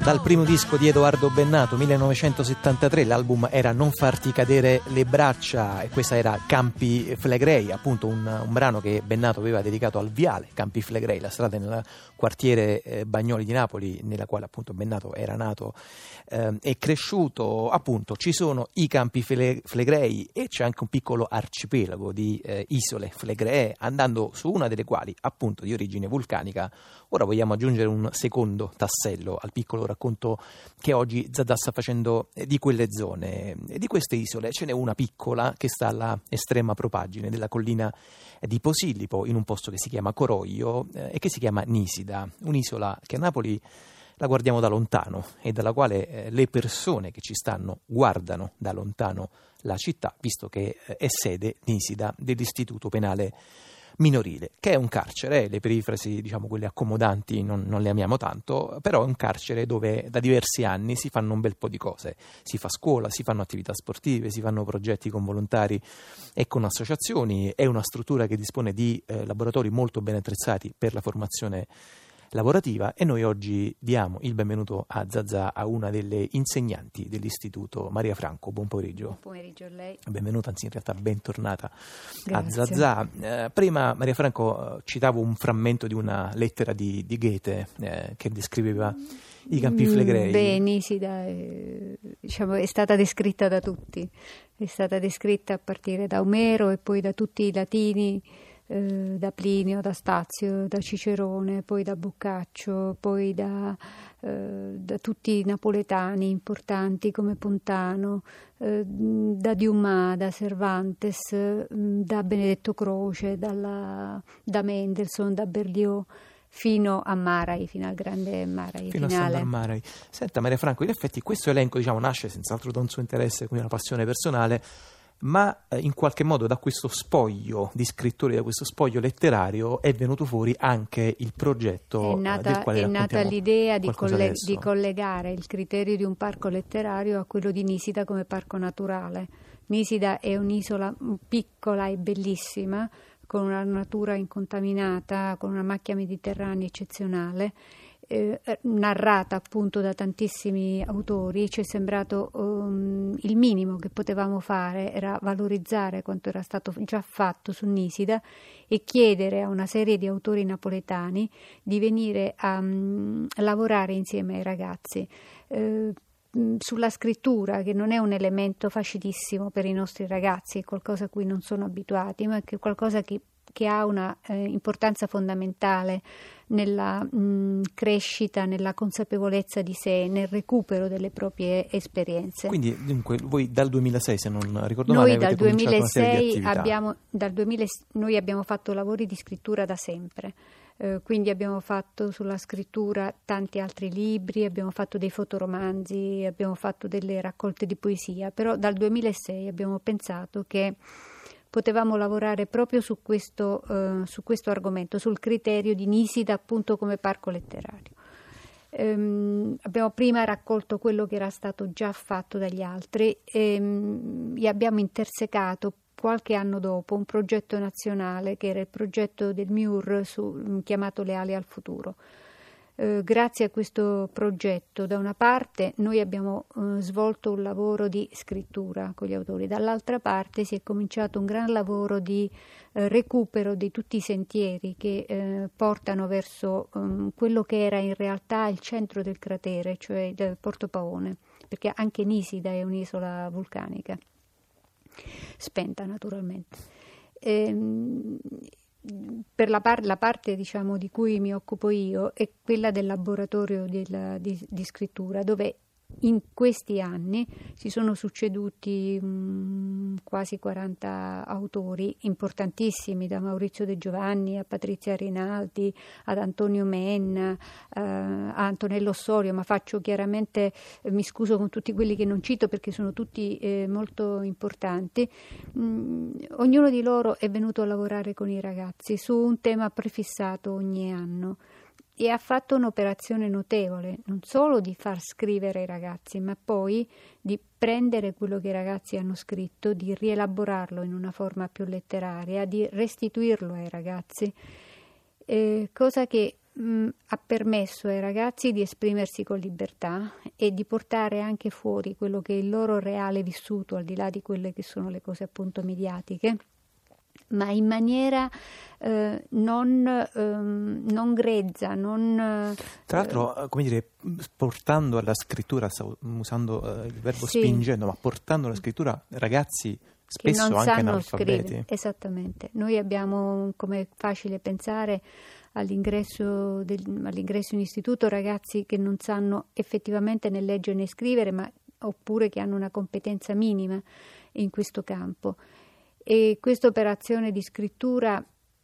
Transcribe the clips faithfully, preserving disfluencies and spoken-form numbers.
Dal primo disco di Edoardo Bennato, millenovecentosettantatré, l'album era Non farti cadere le braccia e questa era Campi Flegrei, appunto un, un brano che Bennato aveva dedicato al viale Campi Flegrei, la strada nel quartiere eh, Bagnoli di Napoli, nella quale appunto Bennato era nato eh, e cresciuto. Appunto ci sono i Campi Fle- Flegrei e c'è anche un piccolo arcipelago di eh, isole flegree, andando su una delle quali appunto di origine vulcanica. Ora vogliamo aggiungere un secondo tassello al piccolo racconto che oggi Zazà sta facendo di quelle zone. Di queste isole ce n'è una piccola che sta alla estrema propaggine della collina di Posillipo, in un posto che si chiama Coroglio eh, e che si chiama Nisida, un'isola che a Napoli la guardiamo da lontano e dalla quale eh, le persone che ci stanno guardano da lontano la città, visto che eh, è sede Nisida dell'Istituto Penale Minorile, che è un carcere. Le perifrasi, diciamo quelle accomodanti, non, non le amiamo tanto, però è un carcere dove da diversi anni si fanno un bel po' di cose, si fa scuola, si fanno attività sportive, si fanno progetti con volontari e con associazioni. È una struttura che dispone di eh, laboratori molto ben attrezzati per la formazione lavorativa e noi oggi diamo il benvenuto a Zazà, a una delle insegnanti dell'istituto, Maria Franco. Buon pomeriggio. Buon pomeriggio a lei. Benvenuta, anzi in realtà bentornata. Grazie. A Zazà. Eh, prima, Maria Franco, eh, citavo un frammento di una lettera di, di Goethe eh, che descriveva i Campi Flegrei. Beh, Nisida è, diciamo, è stata descritta da tutti, è stata descritta a partire da Omero e poi da tutti i latini, eh, da Plinio, da Stazio, da Cicerone, poi da Boccaccio, poi da, eh, da tutti i napoletani importanti come Pontano, eh, da Dumas, da Cervantes, eh, da Benedetto Croce, dalla, da Mendelssohn, da Berlioz, fino a Marai, fino al grande Marai fino finale. a Marai. Senta Maria Franco, in effetti questo elenco, diciamo, nasce senz'altro da un suo interesse, quindi una passione personale, ma eh, in qualche modo da questo spoglio di scrittori, da questo spoglio letterario è venuto fuori anche il progetto è nata, eh, del quale è nata l'idea di, colle- di collegare il criterio di un parco letterario a quello di Nisida come parco naturale. Nisida è un'isola piccola e bellissima, con una natura incontaminata, con una macchia mediterranea eccezionale, eh, narrata appunto da tantissimi autori. Ci è sembrato um, il minimo che potevamo fare era valorizzare quanto era stato già fatto su Nisida e chiedere a una serie di autori napoletani di venire a um, lavorare insieme ai ragazzi. Eh, sulla scrittura, che non è un elemento facilissimo per i nostri ragazzi, è qualcosa a cui non sono abituati, ma è qualcosa che, che ha una eh, importanza fondamentale nella mh, crescita, nella consapevolezza di sé, nel recupero delle proprie esperienze. Quindi dunque voi dal duemilasei, se non ricordo noi male, dal avete cominciato una serie di duemilasei attività. abbiamo, dal duemila, noi abbiamo fatto lavori di scrittura da sempre. Uh, quindi abbiamo fatto sulla scrittura tanti altri libri, abbiamo fatto dei fotoromanzi, abbiamo fatto delle raccolte di poesia, però dal duemilasei abbiamo pensato che potevamo lavorare proprio su questo, uh, su questo argomento, sul criterio di Nisida appunto come parco letterario. Um, abbiamo prima raccolto quello che era stato già fatto dagli altri e um, abbiamo intersecato qualche anno dopo un progetto nazionale che era il progetto del M I U R su, chiamato Le ali al futuro. Eh, grazie a questo progetto, da una parte noi abbiamo eh, svolto un lavoro di scrittura con gli autori, dall'altra parte si è cominciato un gran lavoro di eh, recupero di tutti i sentieri che eh, portano verso um, quello che era in realtà il centro del cratere, cioè del Porto Paone, perché anche Nisida è un'isola vulcanica spenta naturalmente. Ehm, per la, par- la parte diciamo di cui mi occupo io è quella del laboratorio del, di, di scrittura, dove in questi anni si sono succeduti mh, quasi quaranta autori importantissimi, da Maurizio De Giovanni a Patrizia Rinaldi ad Antonio Menna, eh, a Antonello Ossorio, ma faccio chiaramente, eh, mi scuso con tutti quelli che non cito perché sono tutti eh, molto importanti. Mh, ognuno di loro è venuto a lavorare con i ragazzi su un tema prefissato ogni anno. E ha fatto un'operazione notevole, non solo di far scrivere i ragazzi, ma poi di prendere quello che i ragazzi hanno scritto, di rielaborarlo in una forma più letteraria, di restituirlo ai ragazzi, eh, cosa che mh, ha permesso ai ragazzi di esprimersi con libertà e di portare anche fuori quello che è il loro reale vissuto, al di là di quelle che sono le cose appunto mediatiche, ma in maniera eh, non, ehm, non grezza, non... Eh, Tra l'altro, come dire, portando alla scrittura, stavo usando eh, il verbo sì, spingendo, ma portando alla scrittura ragazzi spesso che non anche sanno analfabeti. scrivere. Esattamente. Noi abbiamo, come è facile pensare, all'ingresso, del, all'ingresso in istituto ragazzi che non sanno effettivamente né leggere né scrivere, ma oppure che hanno una competenza minima in questo campo. E questa operazione di scrittura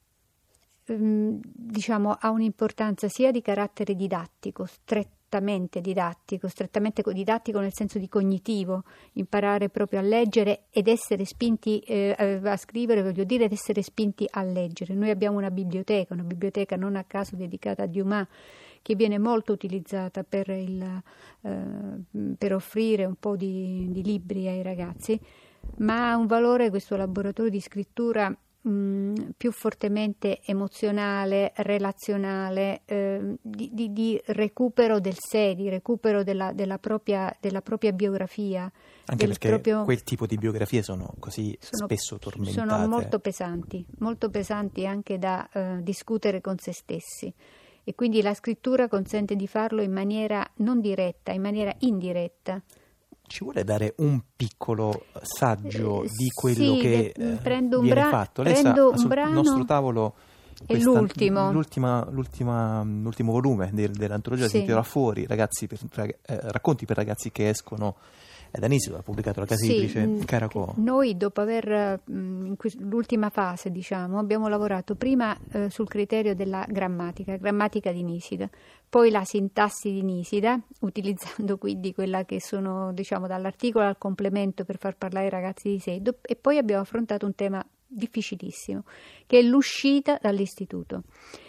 ehm, diciamo ha un'importanza sia di carattere didattico, strettamente didattico, strettamente didattico nel senso di cognitivo, imparare proprio a leggere ed essere spinti eh, a scrivere, voglio dire, ed essere spinti a leggere. Noi abbiamo una biblioteca, una biblioteca non a caso dedicata a Dumas, che viene molto utilizzata per, il, eh, per offrire un po' di, di libri ai ragazzi, ma ha un valore questo laboratorio di scrittura mh, più fortemente emozionale, relazionale, eh, di, di, di recupero del sé, di recupero della, della, propria, della propria biografia. Anche del perché proprio... quel tipo di biografie sono così sono, spesso tormentate. Sono molto pesanti, molto pesanti anche da eh, discutere con se stessi. E quindi la scrittura consente di farlo in maniera non diretta, in maniera indiretta. Ci vuole dare un piccolo saggio Eh, di quello sì, che de- eh, prendo un viene bra- fatto? Lei prendo sa, un sul brano nostro tavolo è questa- l'ultimo. l'ultima, l'ultima, l'ultimo volume del, dell'antologia Sì. si intitola Fuori, ragazzi per, eh, racconti per ragazzi che escono da Nisida, ha pubblicato la casa Sì, editrice mh, Caracò. Noi dopo aver, mh, in que- l'ultima fase diciamo, abbiamo lavorato prima eh, sul criterio della grammatica, grammatica di Nisida, poi la sintassi di Nisida, utilizzando quindi quella che sono diciamo dall'articolo al complemento per far parlare i ragazzi di sé, do- e poi abbiamo affrontato un tema difficilissimo, che è l'uscita dall'istituto.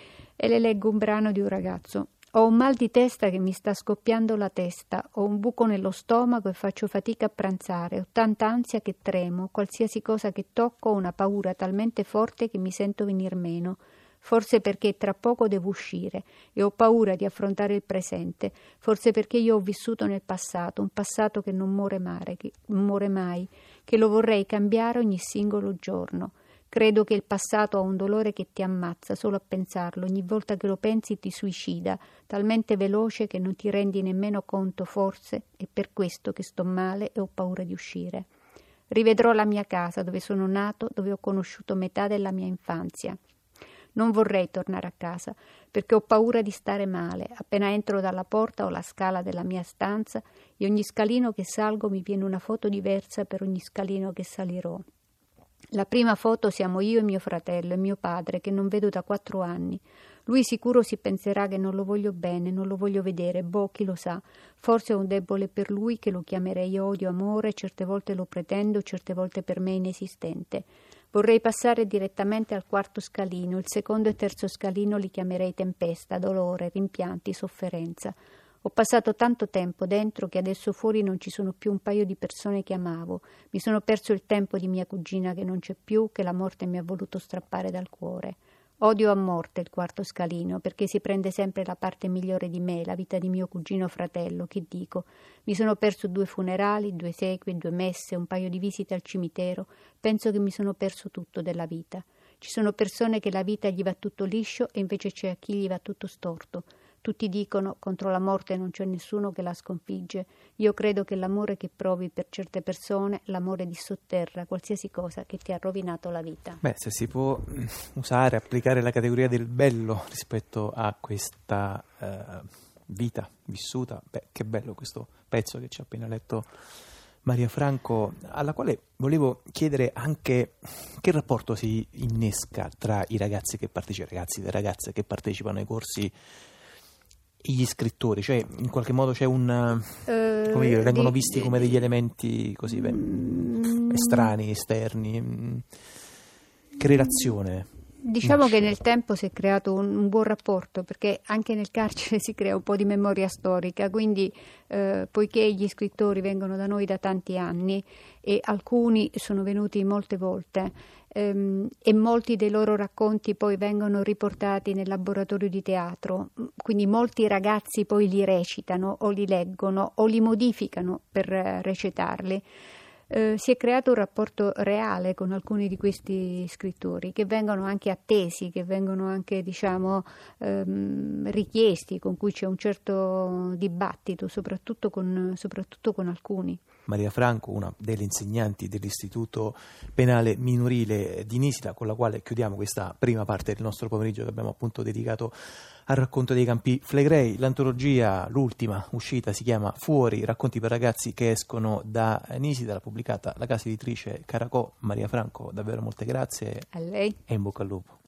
E le leggo un brano di un ragazzo. Ho un mal di testa che mi sta scoppiando la testa, ho un buco nello stomaco e faccio fatica a pranzare, ho tanta ansia che tremo, qualsiasi cosa che tocco ho una paura talmente forte che mi sento venir meno, forse perché tra poco devo uscire e ho paura di affrontare il presente, forse perché io ho vissuto nel passato, un passato che non muore mai, che, muore mai, che lo vorrei cambiare ogni singolo giorno. Credo che il passato ha un dolore che ti ammazza solo a pensarlo, ogni volta che lo pensi ti suicida, talmente veloce che non ti rendi nemmeno conto, forse è per questo che sto male e ho paura di uscire. Rivedrò la mia casa, dove sono nato, dove ho conosciuto metà della mia infanzia. Non vorrei tornare a casa, perché ho paura di stare male. Appena entro dalla porta ho la scala della mia stanza e ogni scalino che salgo mi viene una foto diversa per ogni scalino che salirò. La prima foto siamo io e mio fratello e mio padre, che non vedo da quattro anni. Lui sicuro si penserà che non lo voglio bene, non lo voglio vedere, boh, chi lo sa. Forse ho un debole per lui che lo chiamerei odio, amore, certe volte lo pretendo, certe volte per me inesistente. Vorrei passare direttamente al quarto scalino, il secondo e terzo scalino li chiamerei tempesta, dolore, rimpianti, sofferenza. Ho passato tanto tempo dentro che adesso fuori non ci sono più un paio di persone che amavo. Mi sono perso il tempo di mia cugina che non c'è più, che la morte mi ha voluto strappare dal cuore. Odio a morte il quarto scalino, perché si prende sempre la parte migliore di me, la vita di mio cugino fratello, che dico. Mi sono perso due funerali, due esequie, due messe, un paio di visite al cimitero. Penso che mi sono perso tutto della vita. Ci sono persone che la vita gli va tutto liscio e invece c'è a chi gli va tutto storto. Tutti dicono contro la morte non c'è nessuno che la sconfigge. Io credo che l'amore che provi per certe persone, l'amore dissotterra qualsiasi cosa che ti ha rovinato la vita. Beh, se si può usare, applicare la categoria del bello rispetto a questa eh, vita vissuta, beh, che bello questo pezzo che ci ha appena letto Maria Franco, alla quale volevo chiedere anche che rapporto si innesca tra i ragazzi che partecipano, ragazzi e le ragazze che partecipano ai corsi, gli scrittori, cioè in qualche modo c'è un uh, come dire, vengono di, visti come degli elementi così beh, mm, estranei, esterni. Che relazione? Diciamo nasce? Che nel tempo si è creato un, un buon rapporto, perché anche nel carcere si crea un po' di memoria storica, quindi eh, poiché gli scrittori vengono da noi da tanti anni e alcuni sono venuti molte volte, ehm, e molti dei loro racconti poi vengono riportati nel laboratorio di teatro, quindi molti ragazzi poi li recitano o li leggono o li modificano per eh, recitarli. Eh, si è creato un rapporto reale con alcuni di questi scrittori che vengono anche attesi, che vengono anche diciamo ehm, richiesti, con cui c'è un certo dibattito, soprattutto con, soprattutto con alcuni. Maria Franco, una delle insegnanti dell'Istituto Penale Minorile di Nisida, con la quale chiudiamo questa prima parte del nostro pomeriggio che abbiamo appunto dedicato al racconto dei Campi Flegrei. L'antologia, l'ultima uscita, si chiama Fuori, racconti per ragazzi che escono da Nisida, l'ha pubblicata la casa editrice Caracò. Maria Franco, davvero molte grazie. A lei. E in bocca al lupo.